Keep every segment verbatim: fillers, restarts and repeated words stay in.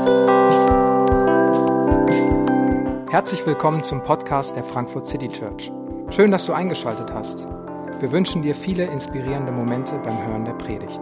Herzlich willkommen zum Podcast der Frankfurt City Church. Schön, dass du eingeschaltet hast. Wir wünschen dir viele inspirierende Momente beim Hören der Predigt.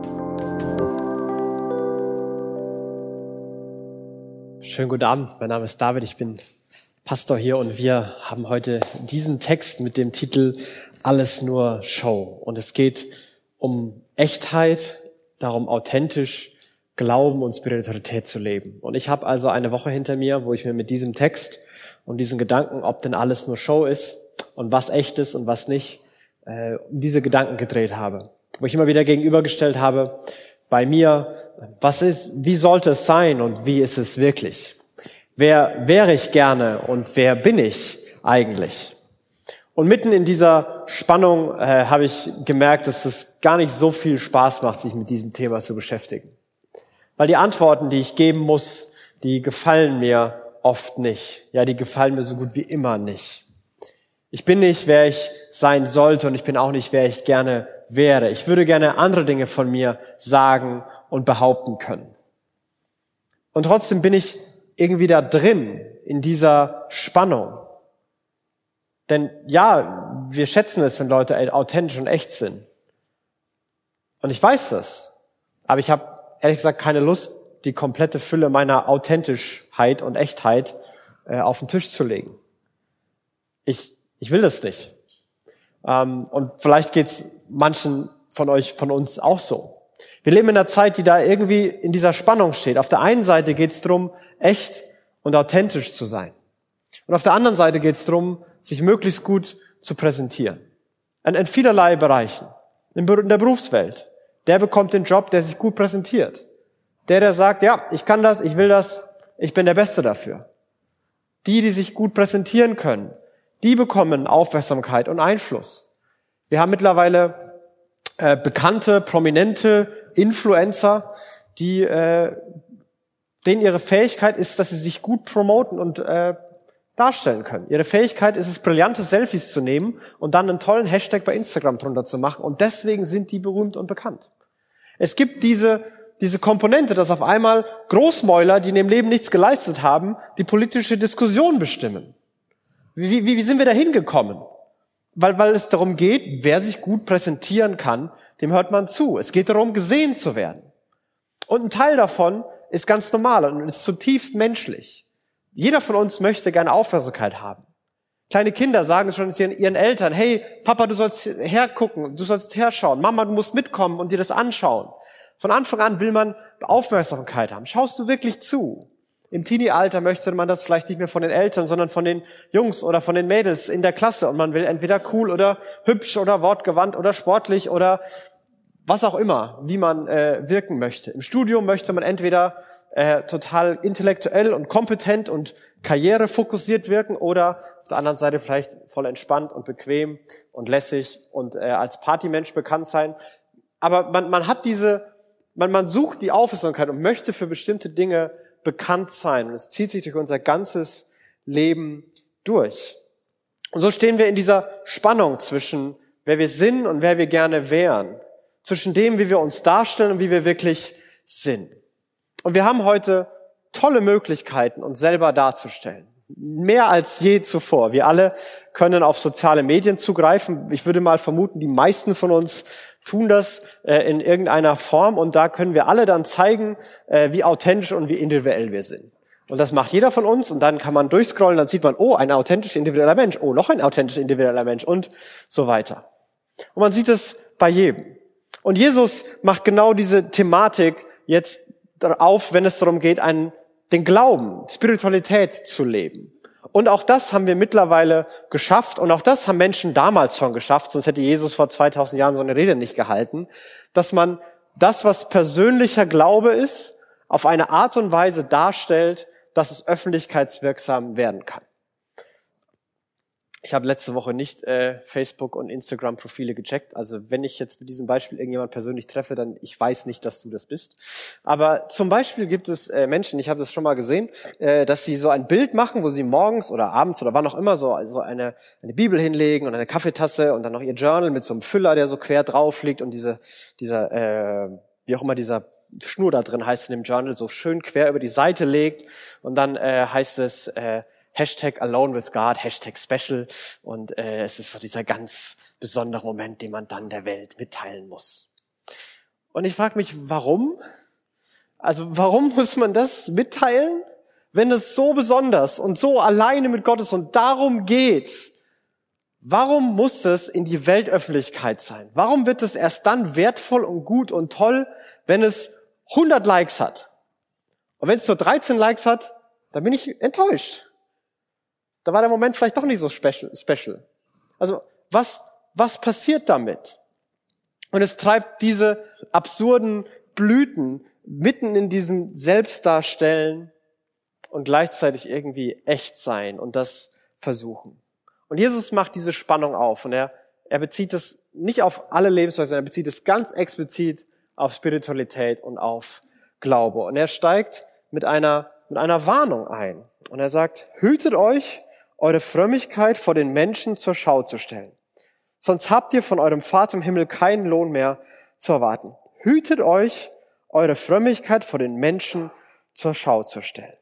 Schönen guten Abend, mein Name ist David, ich bin Pastor hier und wir haben heute diesen Text mit dem Titel Alles nur Show. Und es geht um Echtheit, darum authentisch Glauben und Spiritualität zu leben. Und ich habe also eine Woche hinter mir, wo ich mir mit diesem Text und diesen Gedanken, ob denn alles nur Show ist und was echt ist und was nicht, äh, um diese Gedanken gedreht habe. Wo ich immer wieder gegenübergestellt habe, bei mir, was ist, wie sollte es sein und wie ist es wirklich? Wer wäre ich gerne und wer bin ich eigentlich? Und mitten in dieser Spannung äh, habe ich gemerkt, dass es gar nicht so viel Spaß macht, sich mit diesem Thema zu beschäftigen. Weil die Antworten, die ich geben muss, die gefallen mir oft nicht. Ja, die gefallen mir so gut wie immer nicht. Ich bin nicht, wer ich sein sollte und ich bin auch nicht, wer ich gerne wäre. Ich würde gerne andere Dinge von mir sagen und behaupten können. Und trotzdem bin ich irgendwie da drin, in dieser Spannung. Denn ja, wir schätzen es, wenn Leute authentisch und echt sind. Und ich weiß das. Aber ich habe ehrlich gesagt keine Lust, die komplette Fülle meiner Authentischheit und Echtheit äh, auf den Tisch zu legen. Ich ich will das nicht. Ähm, und vielleicht geht's manchen von euch, von uns auch so. Wir leben in einer Zeit, die da irgendwie in dieser Spannung steht. Auf der einen Seite geht's darum, echt und authentisch zu sein. Und auf der anderen Seite geht's darum, sich möglichst gut zu präsentieren. In, in vielerlei Bereichen. In, in der Berufswelt. Der bekommt den Job, der sich gut präsentiert. Der, der sagt, ja, ich kann das, ich will das, ich bin der Beste dafür. Die, die sich gut präsentieren können, die bekommen Aufmerksamkeit und Einfluss. Wir haben mittlerweile äh, bekannte, prominente Influencer, die äh, denen ihre Fähigkeit ist, dass sie sich gut promoten und äh, darstellen können. Ihre Fähigkeit ist es, brillante Selfies zu nehmen und dann einen tollen Hashtag bei Instagram drunter zu machen. Und deswegen sind die berühmt und bekannt. Es gibt diese diese Komponente, dass auf einmal Großmäuler, die in dem Leben nichts geleistet haben, die politische Diskussion bestimmen. Wie, wie, wie sind wir da hingekommen? Weil, weil es darum geht, wer sich gut präsentieren kann, dem hört man zu. Es geht darum, gesehen zu werden. Und ein Teil davon ist ganz normal und ist zutiefst menschlich. Jeder von uns möchte gerne Aufmerksamkeit haben. Kleine Kinder sagen schon ihren Eltern, hey, Papa, du sollst hergucken, du sollst herschauen. Mama, du musst mitkommen und dir das anschauen. Von Anfang an will man Aufmerksamkeit haben. Schaust du wirklich zu? Im Teenie-Alter möchte man das vielleicht nicht mehr von den Eltern, sondern von den Jungs oder von den Mädels in der Klasse. Und man will entweder cool oder hübsch oder wortgewandt oder sportlich oder was auch immer, wie man äh, wirken möchte. Im Studium möchte man entweder äh, total intellektuell und kompetent und karrierefokussiert wirken oder auf der anderen Seite vielleicht voll entspannt und bequem und lässig und äh, als Partymensch bekannt sein. Aber man, man hat diese, man, man sucht die Aufmerksamkeit und möchte für bestimmte Dinge bekannt sein. Und es zieht sich durch unser ganzes Leben durch. Und so stehen wir in dieser Spannung zwischen wer wir sind und wer wir gerne wären. Zwischen dem, wie wir uns darstellen und wie wir wirklich sind. Und wir haben heute tolle Möglichkeiten, uns selber darzustellen. Mehr als je zuvor. Wir alle können auf soziale Medien zugreifen. Ich würde mal vermuten, die meisten von uns tun das äh, in irgendeiner Form. Und da können wir alle dann zeigen, äh, wie authentisch und wie individuell wir sind. Und das macht jeder von uns. Und dann kann man durchscrollen, dann sieht man, oh, ein authentisch individueller Mensch. Oh, noch ein authentisch individueller Mensch und so weiter. Und man sieht es bei jedem. Und Jesus macht genau diese Thematik jetzt auf, wenn es darum geht, einen den Glauben, Spiritualität zu leben. Und auch das haben wir mittlerweile geschafft und auch das haben Menschen damals schon geschafft, sonst hätte Jesus vor zweitausend Jahren so eine Rede nicht gehalten, dass man das, was persönlicher Glaube ist, auf eine Art und Weise darstellt, dass es öffentlichkeitswirksam werden kann. Ich habe letzte Woche nicht äh, Facebook- und Instagram-Profile gecheckt. Also wenn ich jetzt mit diesem Beispiel irgendjemand persönlich treffe, dann ich weiß nicht, dass du das bist. Aber zum Beispiel gibt es äh, Menschen, ich habe das schon mal gesehen, äh, dass sie so ein Bild machen, wo sie morgens oder abends oder wann auch immer so also eine, eine Bibel hinlegen und eine Kaffeetasse und dann noch ihr Journal mit so einem Füller, der so quer drauf liegt und diese, dieser, äh, wie auch immer dieser Schnur da drin, heißt es in dem Journal, so schön quer über die Seite legt und dann äh, heißt es äh, Hashtag Alone with God, Hashtag Special und äh, es ist so dieser ganz besondere Moment, den man dann der Welt mitteilen muss. Und ich frage mich, warum? Also warum muss man das mitteilen, wenn es so besonders und so alleine mit Gott ist und darum geht's? Warum muss es in die Weltöffentlichkeit sein? Warum wird es erst dann wertvoll und gut und toll, wenn es hundert Likes hat? Und wenn es nur dreizehn Likes hat, dann bin ich enttäuscht. Da war der Moment vielleicht doch nicht so special. Also was, was passiert damit? Und es treibt diese absurden Blüten mitten in diesem Selbstdarstellen und gleichzeitig irgendwie echt sein und das versuchen. Und Jesus macht diese Spannung auf und er, er bezieht es nicht auf alle Lebensweisen, sondern er bezieht es ganz explizit auf Spiritualität und auf Glaube. Und er steigt mit einer, mit einer Warnung ein. Und er sagt, hütet euch, eure Frömmigkeit vor den Menschen zur Schau zu stellen. Sonst habt ihr von eurem Vater im Himmel keinen Lohn mehr zu erwarten. Hütet euch, eure Frömmigkeit vor den Menschen zur Schau zu stellen.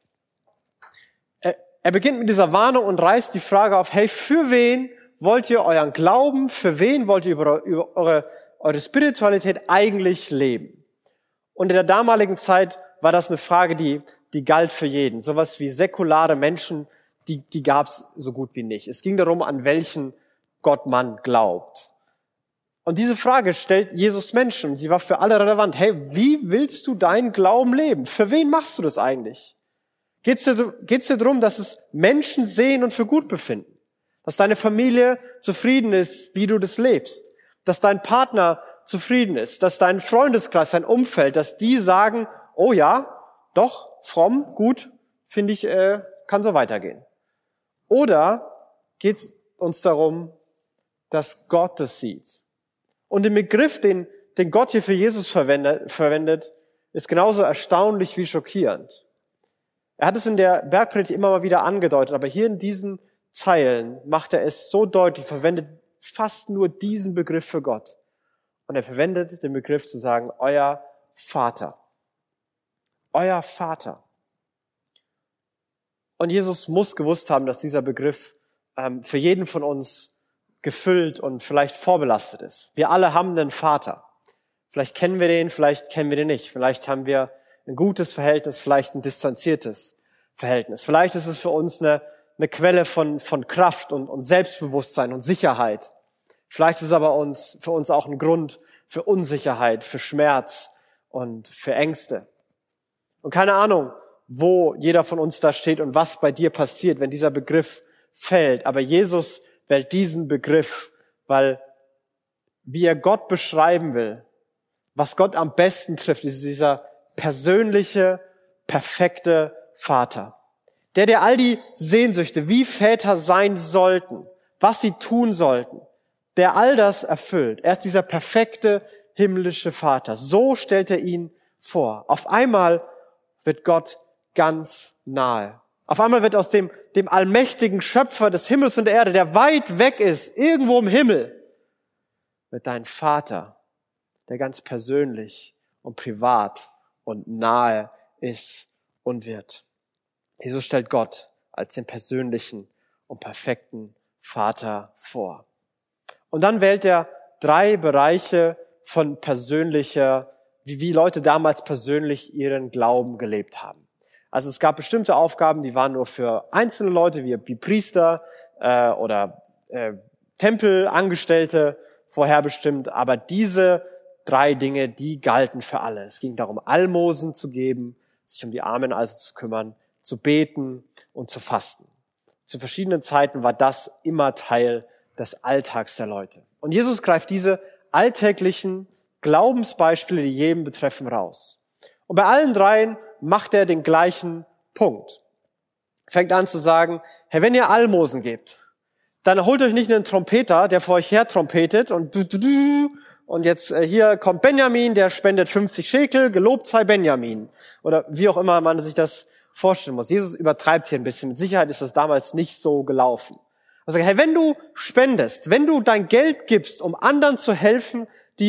Er beginnt mit dieser Warnung und reißt die Frage auf, hey, für wen wollt ihr euren Glauben, für wen wollt ihr über, über eure, eure Spiritualität eigentlich leben? Und in der damaligen Zeit war das eine Frage, die, die galt für jeden. Sowas wie säkulare Menschen, die, die gab es so gut wie nicht. Es ging darum, an welchen Gott man glaubt. Und diese Frage stellt Jesus Menschen. Sie war für alle relevant. Hey, wie willst du deinen Glauben leben? Für wen machst du das eigentlich? Geht's dir, geht's dir darum, dass es Menschen sehen und für gut befinden? Dass deine Familie zufrieden ist, wie du das lebst? Dass dein Partner zufrieden ist? Dass dein Freundeskreis, dein Umfeld, dass die sagen, oh ja, doch, fromm, gut, finde ich, äh, kann so weitergehen. Oder geht's uns darum, dass Gott es sieht? Und der Begriff, den, den Gott hier für Jesus verwendet, verwendet, ist genauso erstaunlich wie schockierend. Er hat es in der Bergpredigt immer mal wieder angedeutet, aber hier in diesen Zeilen macht er es so deutlich, verwendet fast nur diesen Begriff für Gott. Und er verwendet den Begriff zu sagen, euer Vater. Euer Vater. Und Jesus muss gewusst haben, dass dieser Begriff ähm, für jeden von uns gefüllt und vielleicht vorbelastet ist. Wir alle haben einen Vater. Vielleicht kennen wir den, vielleicht kennen wir den nicht. Vielleicht haben wir ein gutes Verhältnis, vielleicht ein distanziertes Verhältnis. Vielleicht ist es für uns eine, eine Quelle von, von Kraft und, und Selbstbewusstsein und Sicherheit. Vielleicht ist es aber uns, für uns auch ein Grund für Unsicherheit, für Schmerz und für Ängste. Und keine Ahnung, wo jeder von uns da steht und was bei dir passiert, wenn dieser Begriff fällt. Aber Jesus wählt diesen Begriff, weil wie er Gott beschreiben will, was Gott am besten trifft, ist dieser persönliche, perfekte Vater. Der, der all die Sehnsüchte, wie Väter sein sollten, was sie tun sollten, der all das erfüllt. Er ist dieser perfekte himmlische Vater. So stellt er ihn vor. Auf einmal wird Gott ganz nahe. Auf einmal wird aus dem, dem allmächtigen Schöpfer des Himmels und der Erde, der weit weg ist, irgendwo im Himmel, wird dein Vater, der ganz persönlich und privat und nahe ist und wird. Jesus stellt Gott als den persönlichen und perfekten Vater vor. Und dann wählt er drei Bereiche von persönlicher, wie, wie Leute damals persönlich ihren Glauben gelebt haben. Also es gab bestimmte Aufgaben, die waren nur für einzelne Leute, wie, wie Priester äh, oder äh, Tempelangestellte vorherbestimmt, aber diese drei Dinge, die galten für alle. Es ging darum, Almosen zu geben, sich um die Armen also zu kümmern, zu beten und zu fasten. Zu verschiedenen Zeiten war das immer Teil des Alltags der Leute. Und Jesus greift diese alltäglichen Glaubensbeispiele, die jeden betreffen, raus. Und bei allen dreien macht er den gleichen Punkt. Er fängt an zu sagen, hey, wenn ihr Almosen gebt, dann holt euch nicht einen Trompeter, der vor euch her trompetet und du, du, du, und jetzt äh, hier kommt Benjamin, der spendet fünfzig Schekel, gelobt sei Benjamin. Oder wie auch immer man sich das vorstellen muss. Jesus übertreibt hier ein bisschen. Mit Sicherheit ist das damals nicht so gelaufen. Also, hey, wenn du spendest, wenn du dein Geld gibst, um anderen zu helfen, die es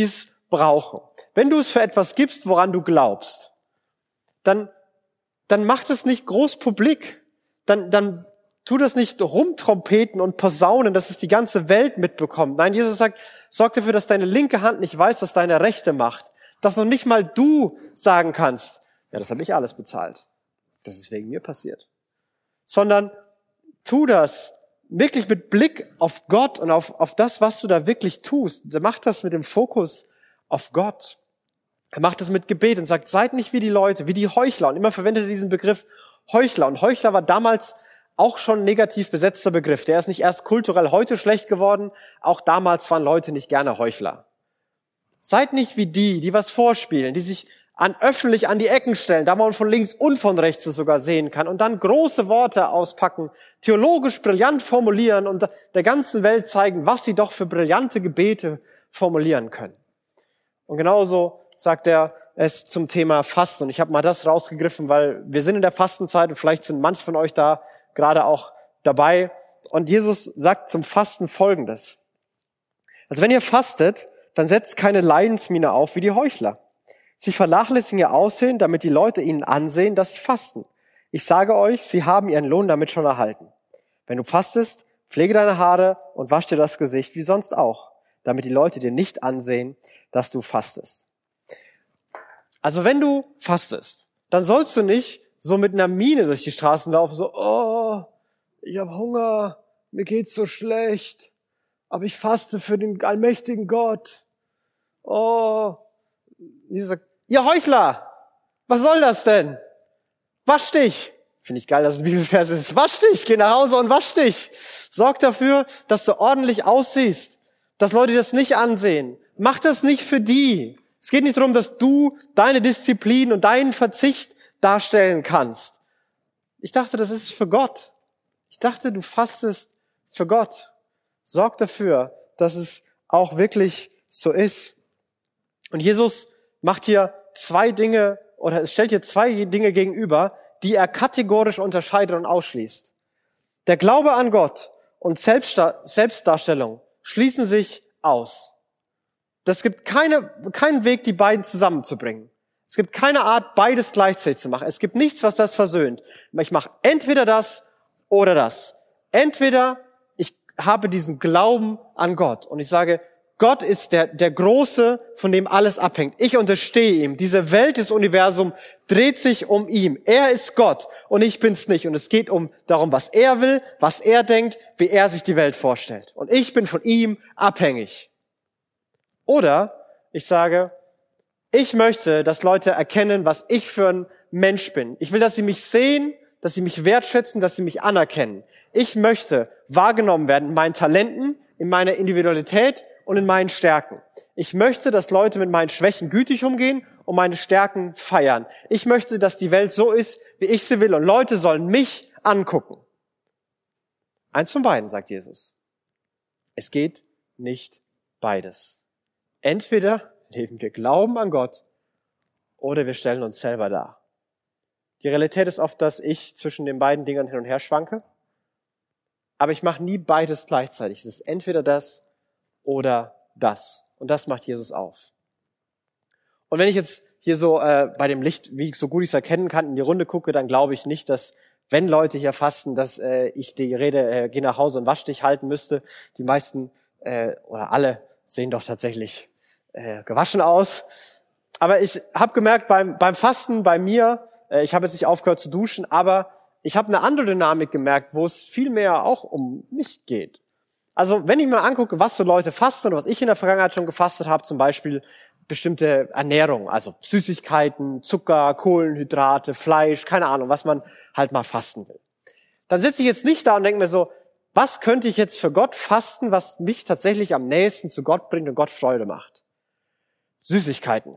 brauchen. Wenn du es für etwas gibst, woran du glaubst, dann, dann mach das nicht groß publik. Dann, dann tu das nicht rumtrompeten und posaunen, dass es die ganze Welt mitbekommt. Nein, Jesus sagt, sorg dafür, dass deine linke Hand nicht weiß, was deine rechte macht. Dass noch nicht mal du sagen kannst, ja, das habe ich alles bezahlt. Das ist wegen mir passiert. Sondern tu das wirklich mit Blick auf Gott und auf, auf das, was du da wirklich tust. Mach das mit dem Fokus auf Gott. Er macht das mit Gebet und sagt, seid nicht wie die Leute, wie die Heuchler. Und immer verwendet er diesen Begriff Heuchler. Und Heuchler war damals auch schon ein negativ besetzter Begriff. Der ist nicht erst kulturell heute schlecht geworden. Auch damals waren Leute nicht gerne Heuchler. Seid nicht wie die, die was vorspielen, die sich an öffentlich an die Ecken stellen, da man von links und von rechts es sogar sehen kann und dann große Worte auspacken, theologisch brillant formulieren und der ganzen Welt zeigen, was sie doch für brillante Gebete formulieren können. Und genauso sagt er es zum Thema Fasten. Und ich habe mal das rausgegriffen, weil wir sind in der Fastenzeit und vielleicht sind manche von euch da gerade auch dabei. Und Jesus sagt zum Fasten Folgendes. Also wenn ihr fastet, dann setzt keine Leidensmiene auf wie die Heuchler. Sie vernachlässigen ihr Aussehen, damit die Leute ihnen ansehen, dass sie fasten. Ich sage euch, sie haben ihren Lohn damit schon erhalten. Wenn du fastest, pflege deine Haare und wasch dir das Gesicht wie sonst auch, damit die Leute dir nicht ansehen, dass du fastest. Also wenn du fastest, dann sollst du nicht so mit einer Miene durch die Straßen laufen, so, oh, ich habe Hunger, mir geht's so schlecht, aber ich faste für den allmächtigen Gott. Oh, Jesus sagt, ihr Heuchler, was soll das denn? Wasch dich. Finde ich geil, dass es ein Bibelvers ist. Wasch dich, geh nach Hause und wasch dich. Sorg dafür, dass du ordentlich aussiehst, dass Leute das nicht ansehen. Mach das nicht für die. Es geht nicht darum, dass du deine Disziplin und deinen Verzicht darstellen kannst. Ich dachte, das ist für Gott. Ich dachte, du fastest für Gott. Sorg dafür, dass es auch wirklich so ist. Und Jesus macht hier zwei Dinge, oder es stellt hier zwei Dinge gegenüber, die er kategorisch unterscheidet und ausschließt. Der Glaube an Gott und Selbstdarstellung schließen sich aus. Es gibt keine, keinen Weg, die beiden zusammenzubringen. Es gibt keine Art, beides gleichzeitig zu machen. Es gibt nichts, was das versöhnt. Ich mache entweder das oder das. Entweder ich habe diesen Glauben an Gott und ich sage, Gott ist der, der Große, von dem alles abhängt. Ich unterstehe ihm. Diese Welt, das Universum dreht sich um ihn. Er ist Gott und ich bin's nicht. Und es geht um darum, was er will, was er denkt, wie er sich die Welt vorstellt. Und ich bin von ihm abhängig. Oder ich sage, ich möchte, dass Leute erkennen, was ich für ein Mensch bin. Ich will, dass sie mich sehen, dass sie mich wertschätzen, dass sie mich anerkennen. Ich möchte wahrgenommen werden in meinen Talenten, in meiner Individualität und in meinen Stärken. Ich möchte, dass Leute mit meinen Schwächen gütig umgehen und meine Stärken feiern. Ich möchte, dass die Welt so ist, wie ich sie will und Leute sollen mich angucken. Eins von beiden, sagt Jesus. Es geht nicht beides. Entweder leben wir Glauben an Gott oder wir stellen uns selber dar. Die Realität ist oft, dass ich zwischen den beiden Dingern hin und her schwanke, aber ich mache nie beides gleichzeitig. Es ist entweder das oder das. Und das macht Jesus auf. Und wenn ich jetzt hier so äh, bei dem Licht, wie so gut ich es erkennen kann, in die Runde gucke, dann glaube ich nicht, dass, wenn Leute hier fasten, dass äh, ich die Rede, äh, geh nach Hause und wasch dich halten müsste. Die meisten äh, oder alle sehen doch tatsächlich äh, gewaschen aus. Aber ich habe gemerkt, beim, beim Fasten bei mir, äh, ich habe jetzt nicht aufgehört zu duschen, aber ich habe eine andere Dynamik gemerkt, wo es viel mehr auch um mich geht. Also wenn ich mir angucke, was so Leute fasten oder was ich in der Vergangenheit schon gefastet habe, zum Beispiel bestimmte Ernährung, also Süßigkeiten, Zucker, Kohlenhydrate, Fleisch, keine Ahnung, was man halt mal fasten will. Dann sitze ich jetzt nicht da und denke mir so, was könnte ich jetzt für Gott fasten, was mich tatsächlich am nächsten zu Gott bringt und Gott Freude macht? Süßigkeiten.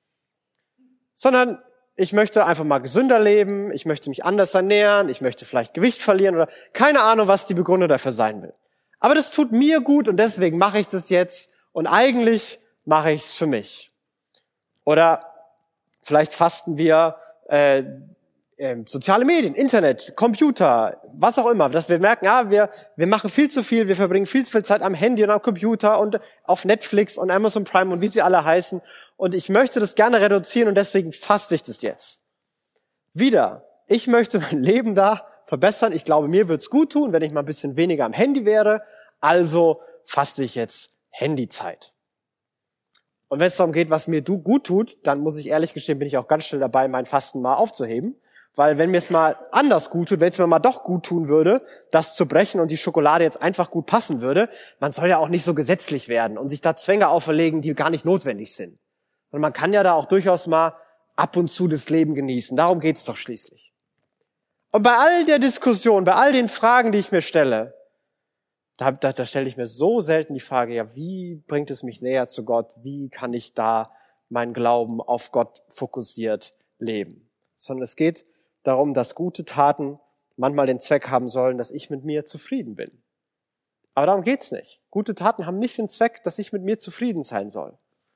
Sondern ich möchte einfach mal gesünder leben, ich möchte mich anders ernähren, ich möchte vielleicht Gewicht verlieren oder keine Ahnung, was die Begründung dafür sein will. Aber das tut mir gut und deswegen mache ich das jetzt und eigentlich mache ich es für mich. Oder vielleicht fasten wir äh, ähm, soziale Medien, Internet, Computer, was auch immer, dass wir merken, ja, wir wir machen viel zu viel, wir verbringen viel zu viel Zeit am Handy und am Computer und auf Netflix und Amazon Prime und wie sie alle heißen. Und ich möchte das gerne reduzieren und deswegen faste ich das jetzt. Wieder, ich möchte mein Leben da verbessern. Ich glaube, mir wird's gut tun, wenn ich mal ein bisschen weniger am Handy wäre. Also faste ich jetzt Handyzeit. Und wenn es darum geht, was mir gut tut, dann muss ich ehrlich gestehen, bin ich auch ganz schnell dabei, mein Fasten mal aufzuheben. Weil wenn mir es mal anders gut tut, wenn es mir mal doch gut tun würde, das zu brechen und die Schokolade jetzt einfach gut passen würde, man soll ja auch nicht so gesetzlich werden und sich da Zwänge auferlegen, die gar nicht notwendig sind. Und man kann ja da auch durchaus mal ab und zu das Leben genießen. Darum geht's doch schließlich. Und bei all der Diskussion, bei all den Fragen, die ich mir stelle, Da, da, da stelle ich mir so selten die Frage, ja, wie bringt es mich näher zu Gott? Wie kann ich da meinen Glauben auf Gott fokussiert leben? Sondern es geht darum, dass gute Taten manchmal den Zweck haben sollen, dass ich mit mir zufrieden bin. Aber darum geht's nicht. Gute Taten haben nicht den Zweck, dass ich mit mir zufrieden sein soll.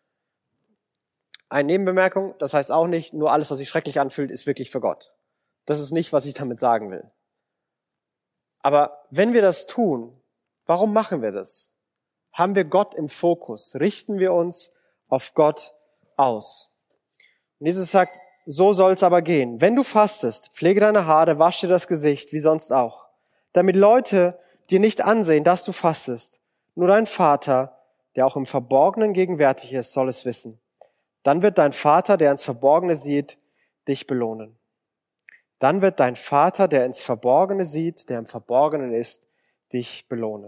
Eine Nebenbemerkung, das heißt auch nicht, nur alles, was sich schrecklich anfühlt, ist wirklich für Gott. Das ist nicht, was ich damit sagen will. Aber wenn wir das tun, warum machen wir das? Haben wir Gott im Fokus? Richten wir uns auf Gott aus? Und Jesus sagt, so soll's aber gehen. Wenn du fastest, pflege deine Haare, wasch dir das Gesicht, wie sonst auch. Damit Leute dir nicht ansehen, dass du fastest. Nur dein Vater, der auch im Verborgenen gegenwärtig ist, soll es wissen. Dann wird dein Vater, der ins Verborgene sieht, dich belohnen. Dann wird dein Vater, der ins Verborgene sieht, der im Verborgenen ist, dich belohnen.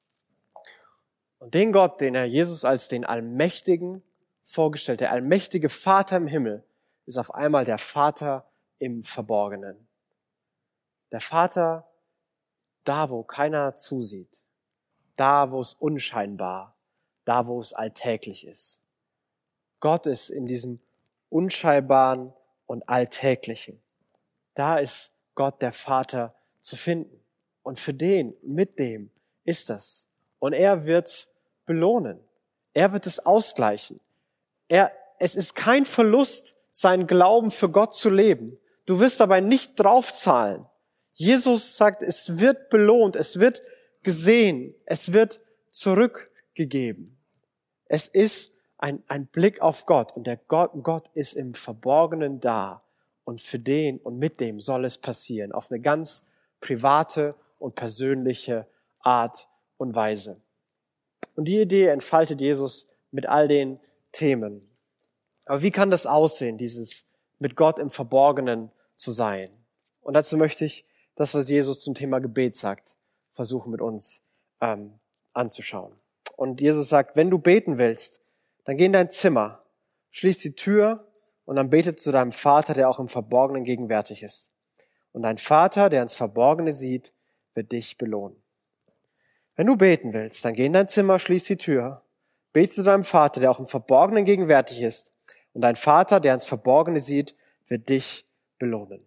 Und den Gott, den er Jesus als den Allmächtigen vorgestellt, der allmächtige Vater im Himmel, ist auf einmal der Vater im Verborgenen. Der Vater da, wo keiner zusieht, da, wo es unscheinbar, da, wo es alltäglich ist. Gott ist in diesem Unscheinbaren und Alltäglichen. Da ist Gott, der Vater, zu finden. Und für den, mit dem ist das. Und er wird's belohnen. Er wird es ausgleichen. Er, es ist kein Verlust, seinen Glauben für Gott zu leben. Du wirst dabei nicht draufzahlen. Jesus sagt, es wird belohnt, es wird gesehen, es wird zurückgegeben. Es ist ein, ein Blick auf Gott und der Gott, Gott ist im Verborgenen da. Und für den und mit dem soll es passieren, auf eine ganz private und persönliche Art und Weise. Und die Idee entfaltet Jesus mit all den Themen. Aber wie kann das aussehen, dieses mit Gott im Verborgenen zu sein? Und dazu möchte ich das, was Jesus zum Thema Gebet sagt, versuchen mit uns ähm, anzuschauen. Und Jesus sagt, wenn du beten willst, dann geh in dein Zimmer, schließ die Tür und dann bete zu deinem Vater, der auch im Verborgenen gegenwärtig ist. Und dein Vater, der ins Verborgene sieht, wird dich belohnen. Wenn du beten willst, dann geh in dein Zimmer, schließ die Tür, bete zu deinem Vater, der auch im Verborgenen gegenwärtig ist. Und dein Vater, der ins Verborgene sieht, wird dich belohnen.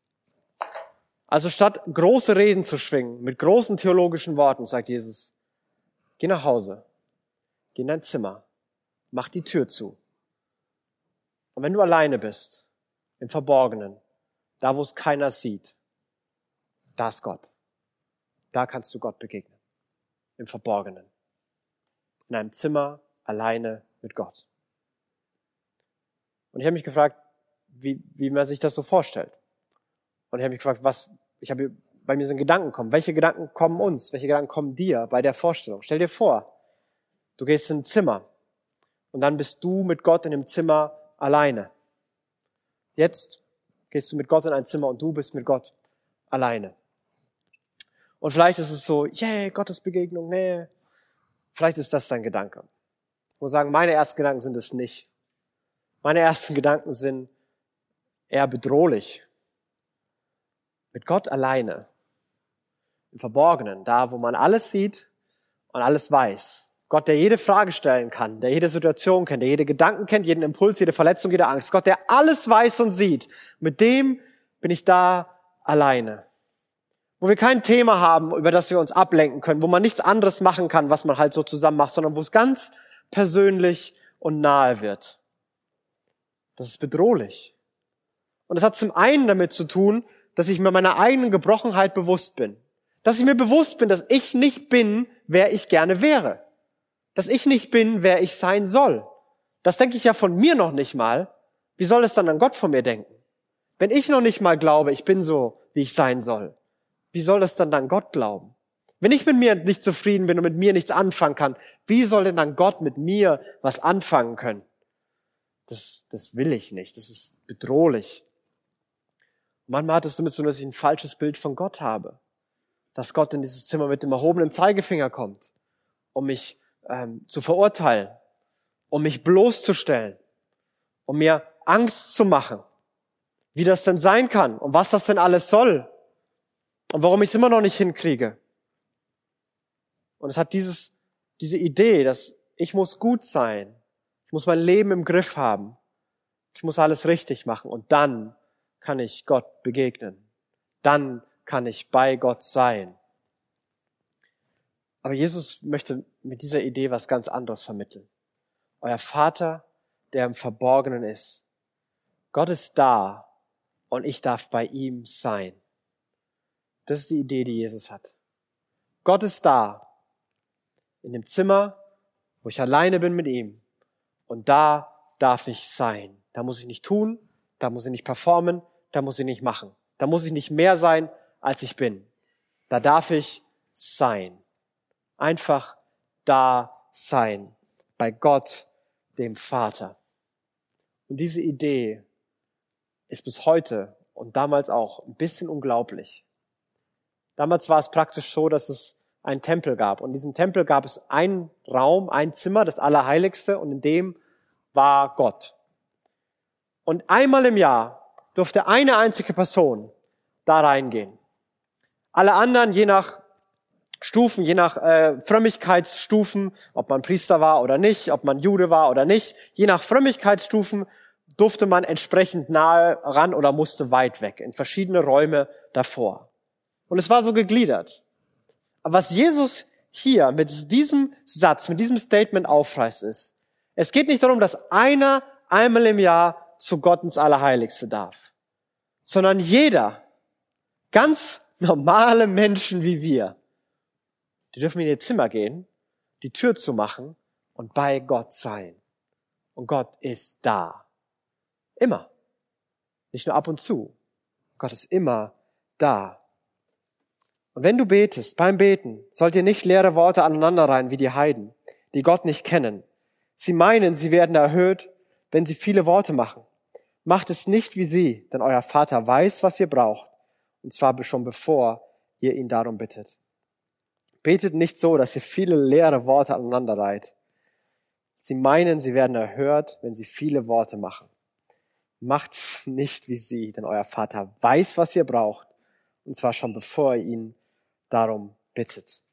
Also statt große Reden zu schwingen, mit großen theologischen Worten, sagt Jesus, geh nach Hause, geh in dein Zimmer, mach die Tür zu. Und wenn du alleine bist, im Verborgenen, da wo es keiner sieht, da ist Gott. Da kannst du Gott begegnen. Im Verborgenen. In einem Zimmer, alleine mit Gott. Und ich habe mich gefragt, wie, wie man sich das so vorstellt. Und ich habe mich gefragt, was, ich habe, bei mir sind Gedanken gekommen. Welche Gedanken kommen uns? Welche Gedanken kommen dir bei der Vorstellung? Stell dir vor, du gehst in ein Zimmer und dann bist du mit Gott in dem Zimmer alleine. Jetzt gehst du mit Gott in ein Zimmer und du bist mit Gott alleine. Und vielleicht ist es so, yeah, Gottes Begegnung, nee. Vielleicht ist das dein Gedanke. Ich muss sagen, meine ersten Gedanken sind es nicht. Meine ersten Gedanken sind eher bedrohlich. Mit Gott alleine. Im Verborgenen, da wo man alles sieht und alles weiß. Gott, der jede Frage stellen kann, der jede Situation kennt, der jede Gedanken kennt, jeden Impuls, jede Verletzung, jede Angst. Gott, der alles weiß und sieht. Mit dem bin ich da alleine. Wo wir kein Thema haben, über das wir uns ablenken können, wo man nichts anderes machen kann, was man halt so zusammen macht, sondern wo es ganz persönlich und nahe wird. Das ist bedrohlich. Und das hat zum einen damit zu tun, dass ich mir meiner eigenen Gebrochenheit bewusst bin. Dass ich mir bewusst bin, dass ich nicht bin, wer ich gerne wäre. Dass ich nicht bin, wer ich sein soll. Das denke ich ja von mir noch nicht mal. Wie soll es dann an Gott von mir denken? Wenn ich noch nicht mal glaube, ich bin so, wie ich sein soll, wie soll es dann dann Gott glauben? Wenn ich mit mir nicht zufrieden bin und mit mir nichts anfangen kann, wie soll denn dann Gott mit mir was anfangen können? Das, das will ich nicht. Das ist bedrohlich. Manchmal hat es damit zu tun, dass ich ein falsches Bild von Gott habe. Dass Gott in dieses Zimmer mit dem erhobenen Zeigefinger kommt, um mich ähm, zu verurteilen, um mich bloßzustellen, um mir Angst zu machen, wie das denn sein kann und was das denn alles soll und warum ich es immer noch nicht hinkriege. Und es hat dieses, diese Idee, dass ich muss gut sein, ich muss mein Leben im Griff haben, ich muss alles richtig machen und dann kann ich Gott begegnen. Dann kann ich bei Gott sein. Aber Jesus möchte mit dieser Idee was ganz anderes vermitteln. Euer Vater, der im Verborgenen ist. Gott ist da und ich darf bei ihm sein. Das ist die Idee, die Jesus hat. Gott ist da, in dem Zimmer, wo ich alleine bin mit ihm. Und da darf ich sein. Da muss ich nicht tun, da muss ich nicht performen, da muss ich nicht machen. Da muss ich nicht mehr sein, als ich bin. Da darf ich sein. Einfach da sein. Bei Gott, dem Vater. Und diese Idee ist bis heute und damals auch ein bisschen unglaublich. Damals war es praktisch so, dass es einen Tempel gab. Und in diesem Tempel gab es einen Raum, ein Zimmer, das Allerheiligste, und in dem war Gott. Und einmal im Jahr durfte eine einzige Person da reingehen. Alle anderen, je nach Stufen, je nach äh, Frömmigkeitsstufen, ob man Priester war oder nicht, ob man Jude war oder nicht, je nach Frömmigkeitsstufen durfte man entsprechend nahe ran oder musste weit weg, in verschiedene Räume davor. Und es war so gegliedert. Aber was Jesus hier mit diesem Satz, mit diesem Statement aufreißt, ist, es geht nicht darum, dass einer einmal im Jahr zu Gott ins Allerheiligste darf, sondern jeder, ganz normale Menschen wie wir, die dürfen in ihr Zimmer gehen, die Tür zumachen und bei Gott sein. Und Gott ist da. Immer. Nicht nur ab und zu. Gott ist immer da. Und wenn du betest, beim Beten, sollt ihr nicht leere Worte aneinanderreihen wie die Heiden, die Gott nicht kennen. Sie meinen, sie werden erhöht, wenn sie viele Worte machen. Macht es nicht wie sie, denn euer Vater weiß, was ihr braucht, und zwar schon bevor ihr ihn darum bittet. Betet nicht so, dass ihr viele leere Worte aneinanderreiht. Sie meinen, sie werden erhört, wenn sie viele Worte machen. Macht es nicht wie sie, denn euer Vater weiß, was ihr braucht, und zwar schon bevor ihr ihn darum bittet.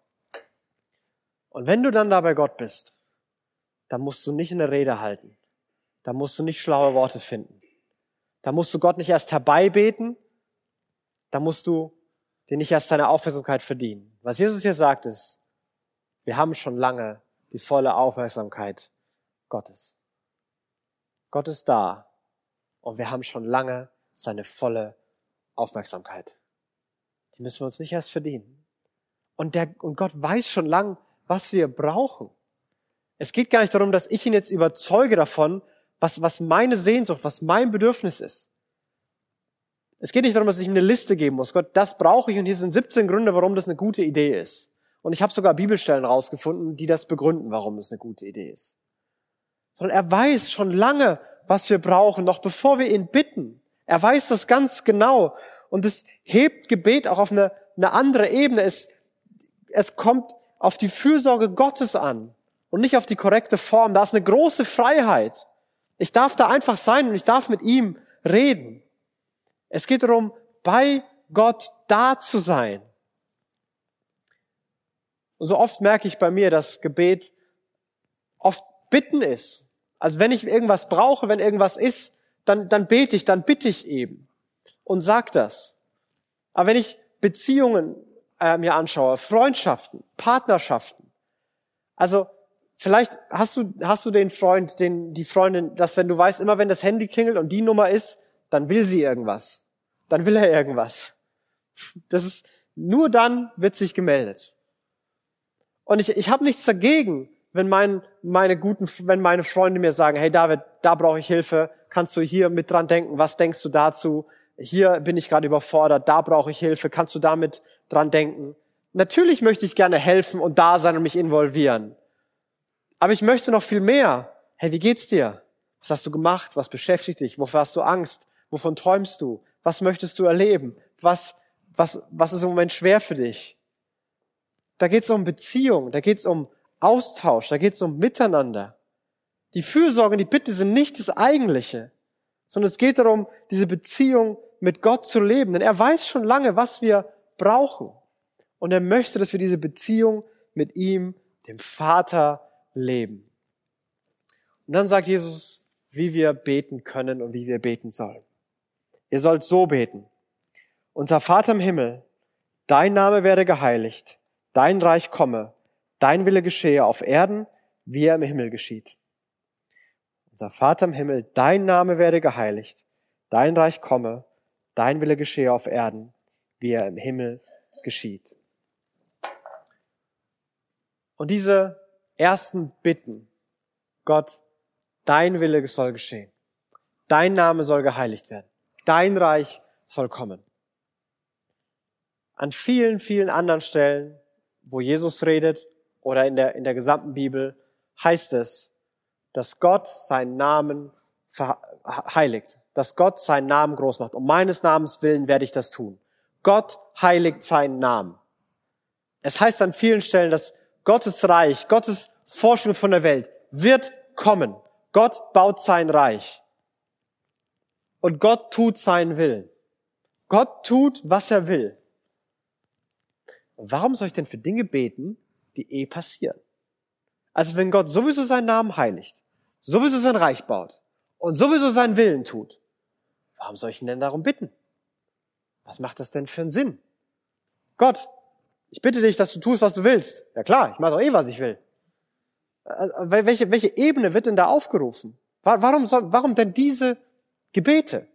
Und wenn du dann da bei Gott bist, dann musst du nicht eine Rede halten. Da musst du nicht schlaue Worte finden. Da musst du Gott nicht erst herbeibeten. Da musst du dir nicht erst seine Aufmerksamkeit verdienen. Was Jesus hier sagt ist, wir haben schon lange die volle Aufmerksamkeit Gottes. Gott ist da und wir haben schon lange seine volle Aufmerksamkeit. Die müssen wir uns nicht erst verdienen. Und, der, und Gott weiß schon lang, was wir brauchen. Es geht gar nicht darum, dass ich ihn jetzt überzeuge davon, was, was meine Sehnsucht, was mein Bedürfnis ist. Es geht nicht darum, dass ich ihm eine Liste geben muss. Gott, das brauche ich und hier sind siebzehn Gründe, warum das eine gute Idee ist. Und ich habe sogar Bibelstellen rausgefunden, die das begründen, warum es eine gute Idee ist. Sondern er weiß schon lange, was wir brauchen, noch bevor wir ihn bitten. Er weiß das ganz genau. Und es hebt Gebet auch auf eine, eine andere Ebene. Es, es kommt auf die Fürsorge Gottes an und nicht auf die korrekte Form. Da ist eine große Freiheit. Ich darf da einfach sein und ich darf mit ihm reden. Es geht darum, bei Gott da zu sein. Und so oft merke ich bei mir, dass Gebet oft Bitten ist. Also wenn ich irgendwas brauche, wenn irgendwas ist, dann, dann bete ich, dann bitte ich eben und sag das. Aber wenn ich Beziehungen äh, mir anschaue, Freundschaften, Partnerschaften, also vielleicht hast du, hast du den Freund, den, die Freundin, dass wenn du weißt, immer wenn das Handy klingelt und die Nummer ist, dann will sie irgendwas. Dann will er irgendwas. Das ist, nur dann wird sich gemeldet. Und ich, ich habe nichts dagegen, wenn mein, meine guten, wenn meine Freunde mir sagen, hey David, da brauche ich Hilfe, kannst du hier mit dran denken, was denkst du dazu? Hier bin ich gerade überfordert, da brauche ich Hilfe, kannst du damit dran denken? Natürlich möchte ich gerne helfen und da sein und mich involvieren. Aber ich möchte noch viel mehr. Hey, wie geht's dir? Was hast du gemacht? Was beschäftigt dich? Wovor hast du Angst? Wovon träumst du? Was möchtest du erleben? Was, was, was ist im Moment schwer für dich? Da geht's um Beziehung, da geht's um Austausch, da geht's um Miteinander. Die Fürsorge und die Bitte sind nicht das Eigentliche, sondern es geht darum, diese Beziehung mit Gott zu leben. Denn er weiß schon lange, was wir brauchen. Und er möchte, dass wir diese Beziehung mit ihm, dem Vater, leben. Und dann sagt Jesus, wie wir beten können und wie wir beten sollen. Ihr sollt so beten. Unser Vater im Himmel, dein Name werde geheiligt, dein Reich komme, dein Wille geschehe auf Erden, wie er im Himmel geschieht. Unser Vater im Himmel, dein Name werde geheiligt, dein Reich komme, dein Wille geschehe auf Erden, wie er im Himmel geschieht. Und diese ersten Bitten, Gott, dein Wille soll geschehen, dein Name soll geheiligt werden, dein Reich soll kommen. An vielen, vielen anderen Stellen, wo Jesus redet oder in der, in der gesamten Bibel, heißt es, dass Gott seinen Namen heiligt, dass Gott seinen Namen groß macht. Um meines Namens willen werde ich das tun. Gott heiligt seinen Namen. Es heißt an vielen Stellen, dass Gottes Reich, Gottes Forschung von der Welt wird kommen. Gott baut sein Reich. Und Gott tut seinen Willen. Gott tut, was er will. Und warum soll ich denn für Dinge beten, die eh passieren? Also wenn Gott sowieso seinen Namen heiligt, sowieso sein Reich baut und sowieso seinen Willen tut, warum soll ich ihn denn darum bitten? Was macht das denn für einen Sinn? Gott, ich bitte dich, dass du tust, was du willst. Ja klar, ich mache doch eh, was ich will. Welche, welche Ebene wird denn da aufgerufen? Warum, soll, warum denn diese Gebete?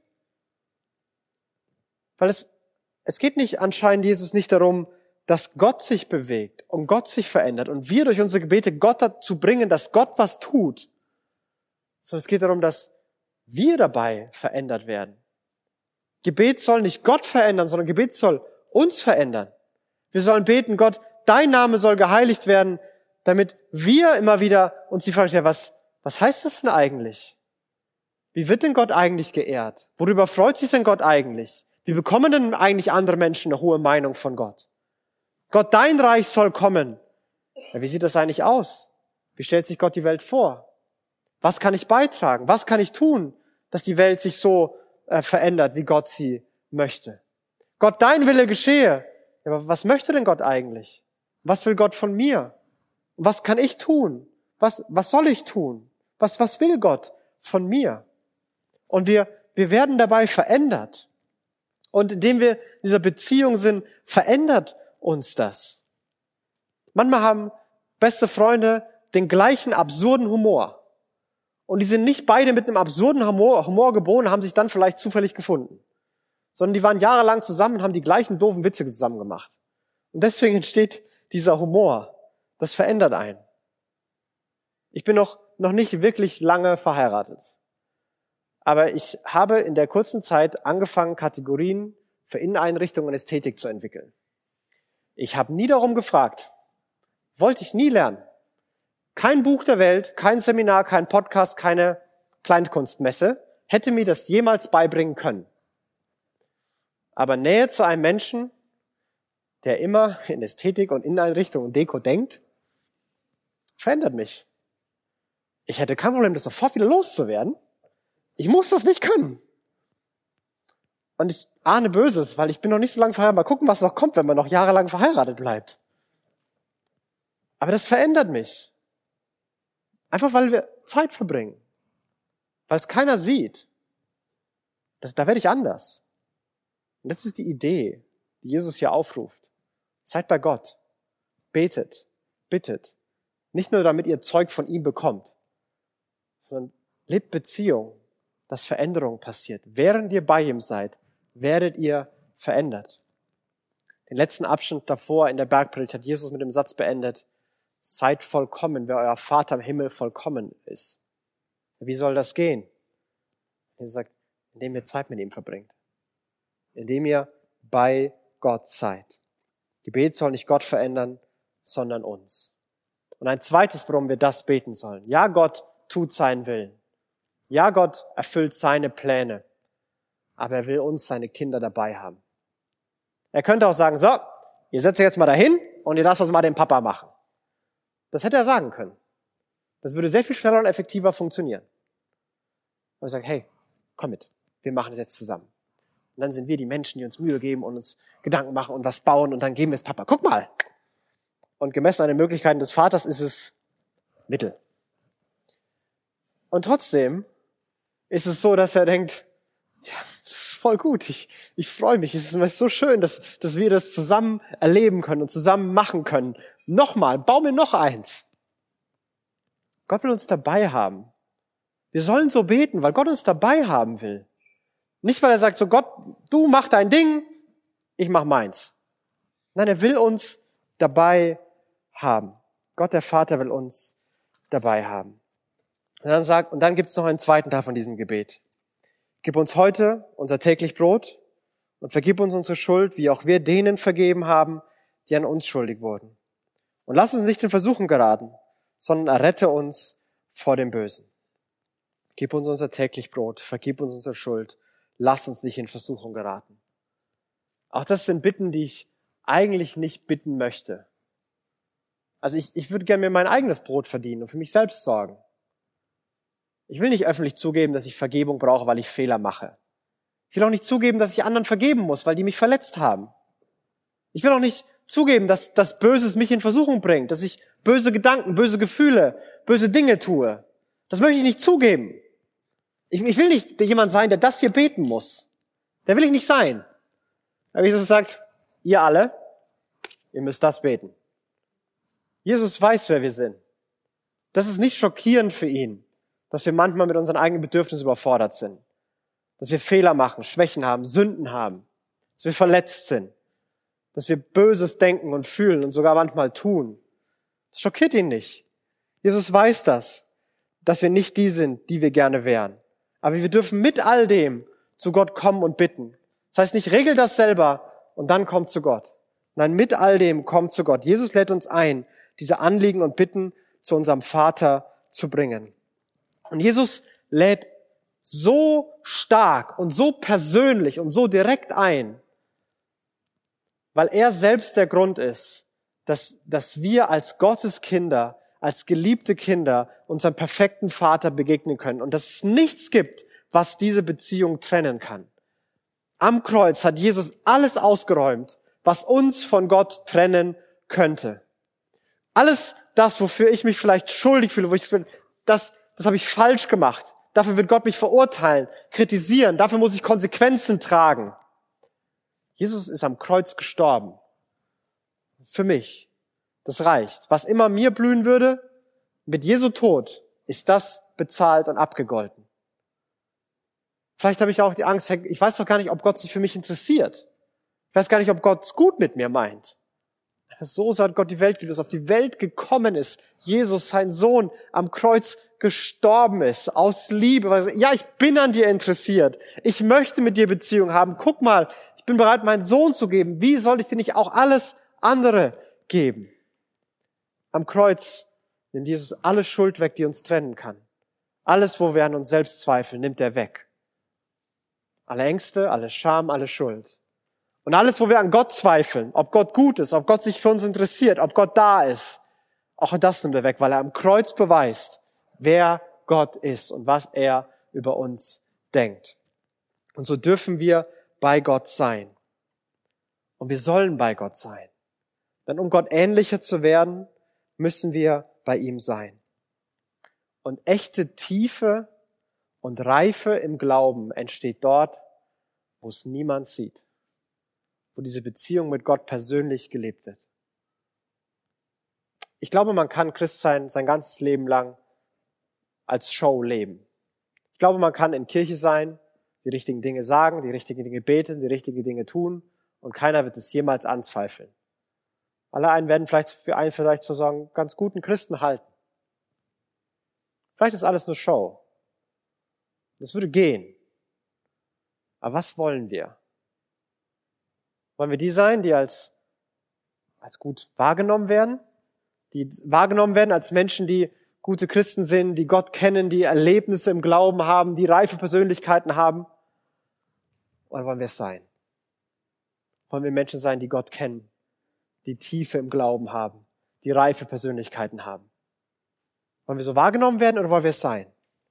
Weil es, es geht nicht anscheinend Jesus nicht darum, dass Gott sich bewegt und Gott sich verändert und wir durch unsere Gebete Gott dazu bringen, dass Gott was tut. Sondern es geht darum, dass wir dabei verändert werden. Gebet soll nicht Gott verändern, sondern Gebet soll uns verändern. Wir sollen beten, Gott, dein Name soll geheiligt werden, damit wir immer wieder uns die Frage stellen, was, was heißt das denn eigentlich? Wie wird denn Gott eigentlich geehrt? Worüber freut sich denn Gott eigentlich? Wie bekommen denn eigentlich andere Menschen eine hohe Meinung von Gott? Gott, dein Reich soll kommen. Ja, wie sieht das eigentlich aus? Wie stellt sich Gott die Welt vor? Was kann ich beitragen? Was kann ich tun, dass die Welt sich so äh, verändert, wie Gott sie möchte? Gott, dein Wille geschehe. Ja, aber was möchte denn Gott eigentlich? Was will Gott von mir? Was kann ich tun? Was, was soll ich tun? Was, was will Gott von mir? Und wir, wir werden dabei verändert. Und indem wir in dieser Beziehung sind, verändert uns das. Manchmal haben beste Freunde den gleichen absurden Humor. Und die sind nicht beide mit einem absurden Humor, Humor geboren, haben sich dann vielleicht zufällig gefunden. Sondern die waren jahrelang zusammen und haben die gleichen doofen Witze zusammen gemacht. Und deswegen entsteht dieser Humor. Das verändert einen. Ich bin noch, noch nicht wirklich lange verheiratet. Aber ich habe in der kurzen Zeit angefangen, Kategorien für Inneneinrichtung und Ästhetik zu entwickeln. Ich habe nie darum gefragt. Wollte ich nie lernen. Kein Buch der Welt, kein Seminar, kein Podcast, keine Kleinkunstmesse hätte mir das jemals beibringen können. Aber Nähe zu einem Menschen, der immer in Ästhetik und Inneneinrichtung und Deko denkt, verändert mich. Ich hätte kein Problem, das sofort wieder loszuwerden. Ich muss das nicht können. Und ich ahne Böses, weil ich bin noch nicht so lange verheiratet. Mal gucken, was noch kommt, wenn man noch jahrelang verheiratet bleibt. Aber das verändert mich. Einfach, weil wir Zeit verbringen. Weil es keiner sieht. Das, da werde ich anders. Und das ist die Idee, die Jesus hier aufruft. Seid bei Gott. Betet. Bittet. Nicht nur, damit ihr Zeug von ihm bekommt, sondern lebt Beziehung. dass Veränderung passiert. Während ihr bei ihm seid, werdet ihr verändert. Den letzten Abschnitt davor in der Bergpredigt hat Jesus mit dem Satz beendet, seid vollkommen, wer euer Vater im Himmel vollkommen ist. Wie soll das gehen? Er sagt, indem ihr Zeit mit ihm verbringt. Indem ihr bei Gott seid. Gebet soll nicht Gott verändern, sondern uns. Und ein zweites, warum wir das beten sollen. Ja, Gott tut seinen Willen. Ja, Gott erfüllt seine Pläne. Aber er will uns, seine Kinder, dabei haben. Er könnte auch sagen, so, ihr setzt euch jetzt mal dahin und ihr lasst das mal den Papa machen. Das hätte er sagen können. Das würde sehr viel schneller und effektiver funktionieren. Aber er sagt, hey, komm mit, wir machen das jetzt zusammen. Und dann sind wir die Menschen, die uns Mühe geben und uns Gedanken machen und was bauen und dann geben wir es Papa. Guck mal! Und gemessen an den Möglichkeiten des Vaters ist es Mittel. Und trotzdem ist es so, dass er denkt, ja, das ist voll gut, ich, ich freue mich, es ist so schön, dass, dass wir das zusammen erleben können und zusammen machen können. Nochmal, bau mir noch eins. Gott will uns dabei haben. Wir sollen so beten, weil Gott uns dabei haben will. Nicht, weil er sagt, so Gott, du mach dein Ding, ich mach meins. Nein, er will uns dabei haben. Gott, der Vater, will uns dabei haben. Und dann sagt, und dann gibt es noch einen zweiten Teil von diesem Gebet. Gib uns heute unser täglich Brot und vergib uns unsere Schuld, wie auch wir denen vergeben haben, die an uns schuldig wurden. Und lass uns nicht in Versuchung geraten, sondern errette uns vor dem Bösen. Gib uns unser täglich Brot, vergib uns unsere Schuld, lass uns nicht in Versuchung geraten. Auch das sind Bitten, die ich eigentlich nicht bitten möchte. Also ich, ich würde gerne mir mein eigenes Brot verdienen und für mich selbst sorgen. Ich will nicht öffentlich zugeben, dass ich Vergebung brauche, weil ich Fehler mache. Ich will auch nicht zugeben, dass ich anderen vergeben muss, weil die mich verletzt haben. Ich will auch nicht zugeben, dass das Böses mich in Versuchung bringt, dass ich böse Gedanken, böse Gefühle, böse Dinge tue. Das möchte ich nicht zugeben. Ich, ich will nicht jemand sein, der das hier beten muss. Der will ich nicht sein. Aber Jesus sagt, ihr alle, ihr müsst das beten. Jesus weiß, wer wir sind. Das ist nicht schockierend für ihn, dass wir manchmal mit unseren eigenen Bedürfnissen überfordert sind. Dass wir Fehler machen, Schwächen haben, Sünden haben. Dass wir verletzt sind. Dass wir Böses denken und fühlen und sogar manchmal tun. Das schockiert ihn nicht. Jesus weiß das, dass wir nicht die sind, die wir gerne wären. Aber wir dürfen mit all dem zu Gott kommen und bitten. Das heißt nicht, regel das selber und dann komm zu Gott. Nein, mit all dem komm zu Gott. Jesus lädt uns ein, diese Anliegen und Bitten zu unserem Vater zu bringen. Und Jesus lädt so stark und so persönlich und so direkt ein, weil er selbst der Grund ist, dass, dass wir als Gottes Kinder, als geliebte Kinder unserem perfekten Vater begegnen können und dass es nichts gibt, was diese Beziehung trennen kann. Am Kreuz hat Jesus alles ausgeräumt, was uns von Gott trennen könnte. Alles das, wofür ich mich vielleicht schuldig fühle, wo ich das, das habe ich falsch gemacht. Dafür wird Gott mich verurteilen, kritisieren. Dafür muss ich Konsequenzen tragen. Jesus ist am Kreuz gestorben. Für mich. Das reicht. Was immer mir blühen würde, mit Jesu Tod ist das bezahlt und abgegolten. Vielleicht habe ich auch die Angst, ich weiß doch gar nicht, ob Gott sich für mich interessiert. Ich weiß gar nicht, ob Gott es gut mit mir meint. So hat Gott die Welt geliebt, dass auf die Welt gekommen ist. Jesus, sein Sohn, am Kreuz gestorben ist, aus Liebe. Weil er sagt, ja, ich bin an dir interessiert. Ich möchte mit dir Beziehung haben. Guck mal, ich bin bereit, meinen Sohn zu geben. Wie soll ich dir nicht auch alles andere geben? Am Kreuz nimmt Jesus alle Schuld weg, die uns trennen kann. Alles, wo wir an uns selbst zweifeln, nimmt er weg. Alle Ängste, alle Scham, alle Schuld. Und alles, wo wir an Gott zweifeln, ob Gott gut ist, ob Gott sich für uns interessiert, ob Gott da ist, auch das nimmt er weg, weil er am Kreuz beweist, wer Gott ist und was er über uns denkt. Und so dürfen wir bei Gott sein. Und wir sollen bei Gott sein. Denn um Gott ähnlicher zu werden, müssen wir bei ihm sein. Und echte Tiefe und Reife im Glauben entsteht dort, wo es niemand sieht. Wo diese Beziehung mit Gott persönlich gelebt wird. Ich glaube, man kann Christ sein, sein ganzes Leben lang als Show leben. Ich glaube, man kann in Kirche sein, die richtigen Dinge sagen, die richtigen Dinge beten, die richtigen Dinge tun und keiner wird es jemals anzweifeln. Alle einen werden vielleicht für einen vielleicht so sagen, ganz guten Christen halten. Vielleicht ist alles nur Show. Das würde gehen. Aber was wollen wir? Wollen wir die sein, die als, als gut wahrgenommen werden? Die wahrgenommen werden als Menschen, die gute Christen sind, die Gott kennen, die Erlebnisse im Glauben haben, die reife Persönlichkeiten haben? Oder wollen wir es sein? Wollen wir Menschen sein, die Gott kennen, die Tiefe im Glauben haben, die reife Persönlichkeiten haben? Wollen wir so wahrgenommen werden oder wollen wir es sein?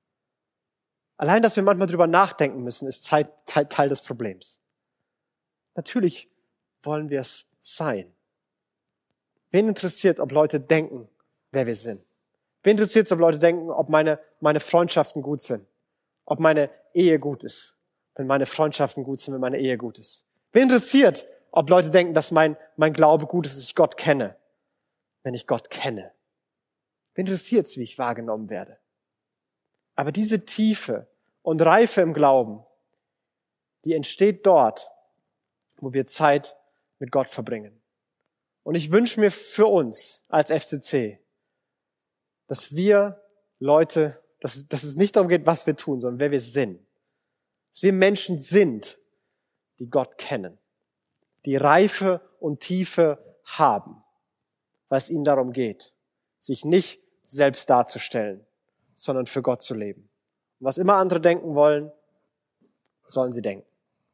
Allein, dass wir manchmal drüber nachdenken müssen, ist Teil, Teil, Teil des Problems. Natürlich wollen wir es sein. Wen interessiert, ob Leute denken, wer wir sind? Wen interessiert es, ob Leute denken, ob meine, meine Freundschaften gut sind? Ob meine Ehe gut ist? Wenn meine Freundschaften gut sind, wenn meine Ehe gut ist? Wen interessiert, ob Leute denken, dass mein, mein Glaube gut ist, dass ich Gott kenne? Wenn ich Gott kenne. Wen interessiert es, wie ich wahrgenommen werde? Aber diese Tiefe und Reife im Glauben, die entsteht dort, wo wir Zeit mit Gott verbringen. Und ich wünsche mir für uns als F C C, dass wir Leute, dass, dass es nicht darum geht, was wir tun, sondern wer wir sind. Dass wir Menschen sind, die Gott kennen, die Reife und Tiefe haben, weil es ihnen darum geht, sich nicht selbst darzustellen, sondern für Gott zu leben. Und was immer andere denken wollen, sollen sie denken.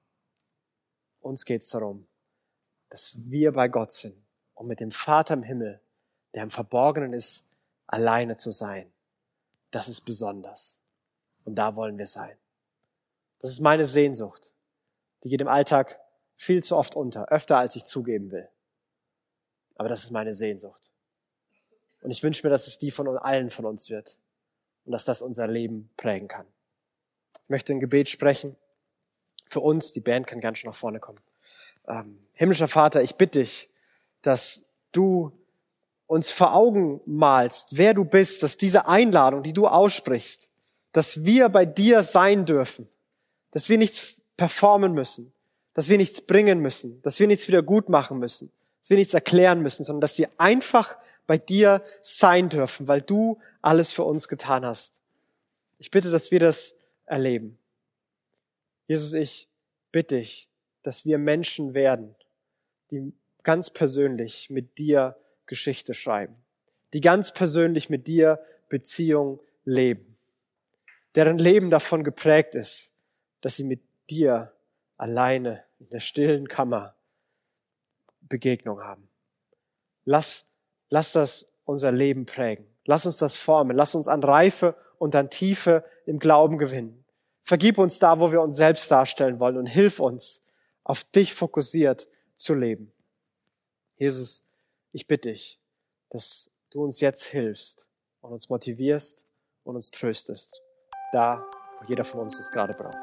Uns geht es darum, dass wir bei Gott sind und mit dem Vater im Himmel, der im Verborgenen ist, alleine zu sein. Das ist besonders. Und da wollen wir sein. Das ist meine Sehnsucht. Die geht im Alltag viel zu oft unter, öfter als ich zugeben will. Aber das ist meine Sehnsucht. Und ich wünsche mir, dass es die von allen von uns wird und dass das unser Leben prägen kann. Ich möchte ein Gebet sprechen für uns. Die Band kann ganz schön nach vorne kommen. Ähm, himmlischer Vater, ich bitte dich, dass du uns vor Augen malst, wer du bist, dass diese Einladung, die du aussprichst, dass wir bei dir sein dürfen, dass wir nichts performen müssen, dass wir nichts bringen müssen, dass wir nichts wieder gut machen müssen, dass wir nichts erklären müssen, sondern dass wir einfach bei dir sein dürfen, weil du alles für uns getan hast. Ich bitte, dass wir das erleben. Jesus, ich bitte dich, dass wir Menschen werden, die ganz persönlich mit dir Geschichte schreiben, die ganz persönlich mit dir Beziehung leben, deren Leben davon geprägt ist, dass sie mit dir alleine in der stillen Kammer Begegnung haben. Lass, lass das unser Leben prägen. Lass uns das formen. Lass uns an Reife und an Tiefe im Glauben gewinnen. Vergib uns da, wo wir uns selbst darstellen wollen und hilf uns, auf dich fokussiert zu leben. Jesus, ich bitte dich, dass du uns jetzt hilfst und uns motivierst und uns tröstest, da, wo jeder von uns es gerade braucht.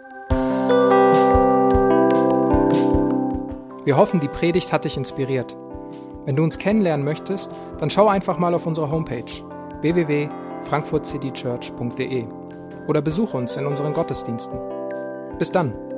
Wir hoffen, die Predigt hat dich inspiriert. Wenn du uns kennenlernen möchtest, dann schau einfach mal auf unsere Homepage w w w punkt frankfurt city church punkt d e oder besuch uns in unseren Gottesdiensten. Bis dann!